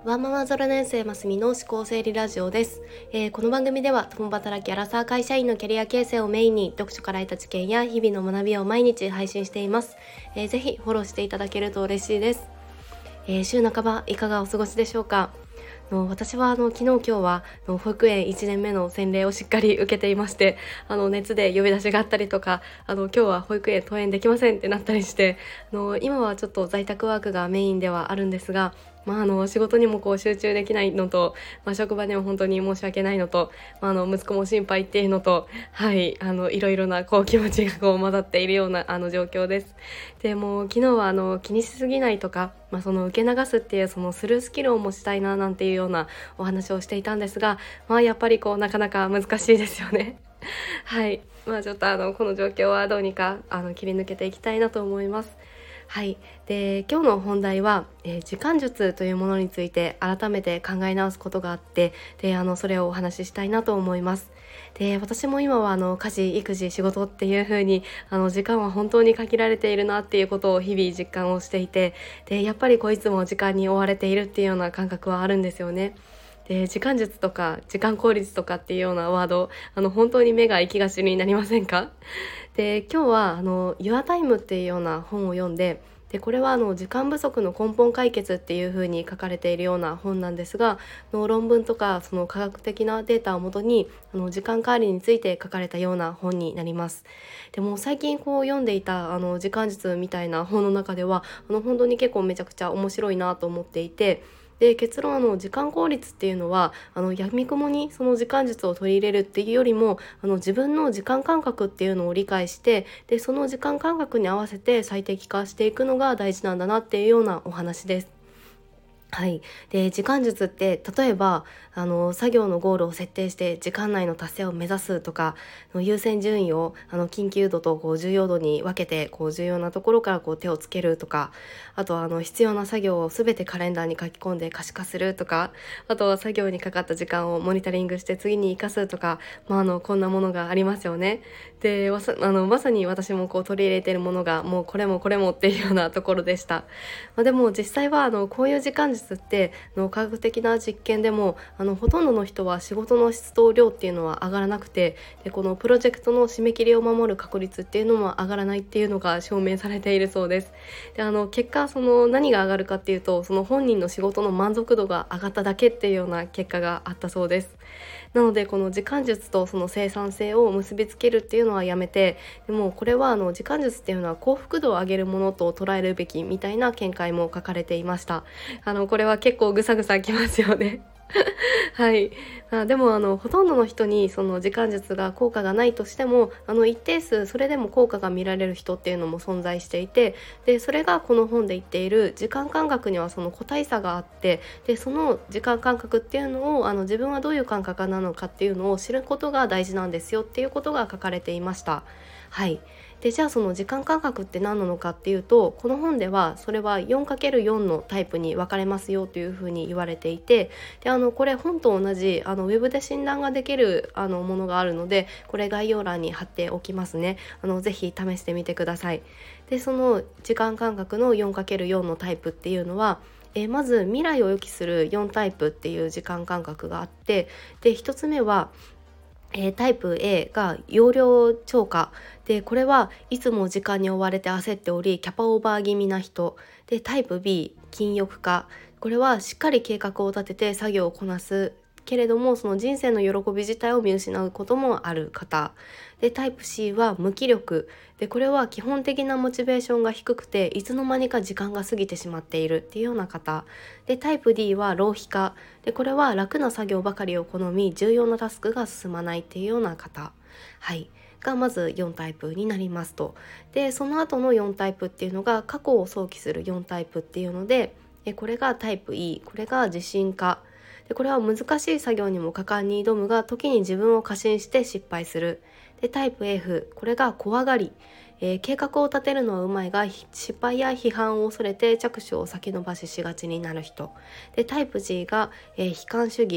ワンママ0年生ますみの思考整理ラジオです。この番組では共働きアラサー会社員のキャリア形成をメインに読書から得た知見や日々の学びを毎日配信しています。ぜひフォローしていただけると嬉しいです。週半ばいかがお過ごしでしょうか。私は昨日今日は保育園1年目の洗礼をしっかり受けていまして、熱で呼び出しがあったりとか、今日は保育園登園できませんってなったりして、今はちょっと在宅ワークがメインではあるんですが、仕事にも集中できないのと、職場にも本当に申し訳ないのと、息子も心配っていうのと、はい、いろいろな気持ちが混ざっているような状況です。でも昨日は気にしすぎないとか、その受け流すっていうそのスルースキルを持ちたいななんていうようなお話をしていたんですが、やっぱりなかなか難しいですよね。はい、ちょっとこの状況はどうにか切り抜けていきたいなと思います。はい、で今日の本題は、時間術というものについて改めて考え直すことがあって、でそれをお話ししたいなと思います。で私も今は家事育児仕事っていう風に時間は本当に限られているなっていうことを日々実感をしていて、でやっぱりいつも時間に追われているっていうような感覚はあるんですよね。で時間術とか時間効率とかっていうようなワード、本当に目が行きがちになりませんか？で今日はYour Time っていうような本を読んで、でこれは時間不足の根本解決っていう風に書かれているような本なんですが、論文とかその科学的なデータをもとに時間管理について書かれたような本になります。でも最近読んでいた時間術みたいな本の中では本当に結構めちゃくちゃ面白いなと思っていて、で結論時間効率っていうのは闇雲にその時間術を取り入れるっていうよりも自分の時間感覚っていうのを理解して、でその時間感覚に合わせて最適化していくのが大事なんだなっていうようなお話です。はい、で時間術って例えば作業のゴールを設定して時間内の達成を目指すとか、優先順位を緊急度と重要度に分けて重要なところから手をつけるとか、あとは必要な作業を全てカレンダーに書き込んで可視化するとか、あとは作業にかかった時間をモニタリングして次に生かすとか、こんなものがありますよね。でまさに私も取り入れているものがもうこれもこれもっていうようなところでした。でも実際はこういう時間術って科学的な実験でもほとんどの人は仕事の質と量っていうのは上がらなくて、でこのプロジェクトの締め切りを守る確率っていうのも上がらないっていうのが証明されているそうです。で結果何が上がるかっていうと、その本人の仕事の満足度が上がっただけっていうような結果があったそうです。なのでこの時間術とその生産性を結びつけるっていうのはやめて、でもこれは時間術っていうのは幸福度を上げるものと捉えるべきみたいな見解も書かれていました。これは結構ぐさぐさきますよね。はい、でもほとんどの人にその時間術が効果がないとしても一定数それでも効果が見られる人っていうのも存在していて、でそれがこの本で言っている時間感覚にはその個体差があって、でその時間感覚っていうのを自分はどういう感覚なのかっていうのを知ることが大事なんですよっていうことが書かれていました。はい、でじゃあその時間感覚って何なのかっていうと、この本ではそれは 4×4 のタイプに分かれますよというふうに言われていて、でこれ本と同じウェブで診断ができるものがあるので、これ概要欄に貼っておきますね。ぜひ試してみてください。でその時間感覚の 4×4 のタイプっていうのは、まず未来を予期する4タイプっていう時間感覚があって、で1つ目はタイプ A が容量超過で、これはいつも時間に追われて焦っておりキャパオーバー気味な人で、タイプ B 禁欲家、これはしっかり計画を立てて作業をこなすけれどもその人生の喜び自体を見失うこともある方で、タイプ C は無気力で、これは基本的なモチベーションが低くていつの間にか時間が過ぎてしまっているっていうような方で、タイプ D は浪費家で、これは楽な作業ばかりを好み重要なタスクが進まないっていうような方、はいがまず4タイプになりますと。でその後の4タイプっていうのが過去を想起する4タイプっていうので、これがタイプ E、 これが自信家で、これは難しい作業にも果敢に挑むが時に自分を過信して失敗する。でタイプ F、 これが怖がり、計画を立てるのはうまいが失敗や批判を恐れて着手を先延ばししがちになる人で、タイプ G が、悲観主義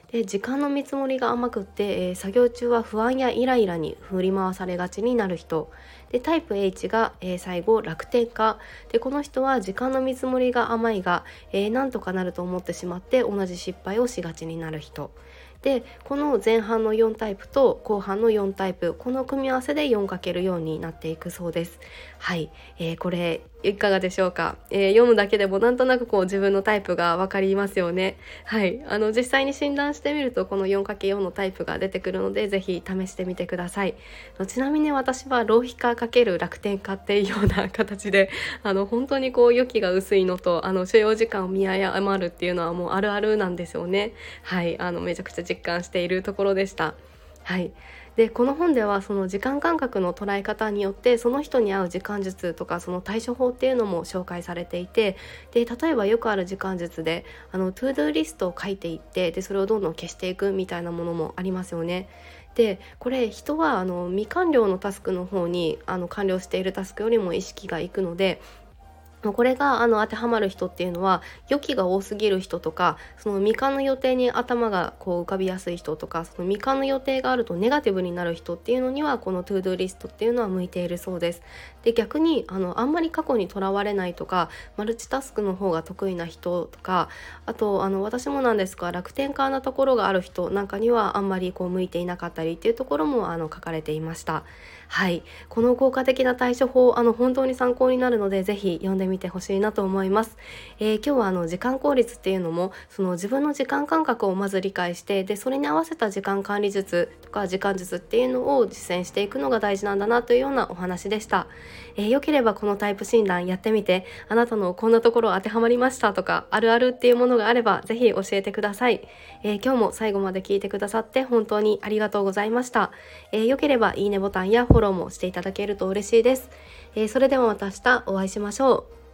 で時間の見積もりが甘くって、作業中は不安やイライラに振り回されがちになる人で、タイプ H が、最後楽天家で、この人は時間の見積もりが甘いが、なんとかなると思ってしまって同じ失敗をしがちになる人で、この前半の4タイプと後半の4タイプ、この組み合わせで 4×4 になっていくそうです。はい、これいかがでしょうか。読むだけでもなんとなく自分のタイプが分かりますよね。はい、実際に診断してみるとこの 4×4 のタイプが出てくるので、ぜひ試してみてください。ちなみに私は浪費家×楽天家っていうような形で本当に予期が薄いのと所要時間を見誤るっていうのはもうあるあるなんですよね。はい、めちゃくちゃ実感しているところでした。はい、でこの本ではその時間感覚の捉え方によってその人に合う時間術とかその対処法っていうのも紹介されていて、で例えばよくある時間術でトゥードゥーリストを書いていって、でそれをどんどん消していくみたいなものもありますよね。でこれ人は未完了のタスクの方に完了しているタスクよりも意識がいくので、これが当てはまる人っていうのは予期が多すぎる人とか、その未完の予定に頭が浮かびやすい人とか、その未完の予定があるとネガティブになる人っていうのにはこのトゥードゥーリストっていうのは向いているそうです。で逆にあんまり過去にとらわれないとか、マルチタスクの方が得意な人とか、あと私もなんですが楽天家なところがある人なんかにはあんまり向いていなかったりっていうところも書かれていました。はい、この効果的な対処法本当に参考になるので、ぜひ読んでみてほしいなと思います。今日は時間効率っていうのもその自分の時間感覚をまず理解して、でそれに合わせた時間管理術とか時間術っていうのを実践していくのが大事なんだなというようなお話でした。良ければこのタイプ診断やってみて、あなたのこんなところ当てはまりましたとかあるあるっていうものがあればぜひ教えてください。今日も最後まで聞いてくださって本当にありがとうございました。良ければいいねボタンやフォローもしていただけると嬉しいです。それではまた明日お会いしましょう。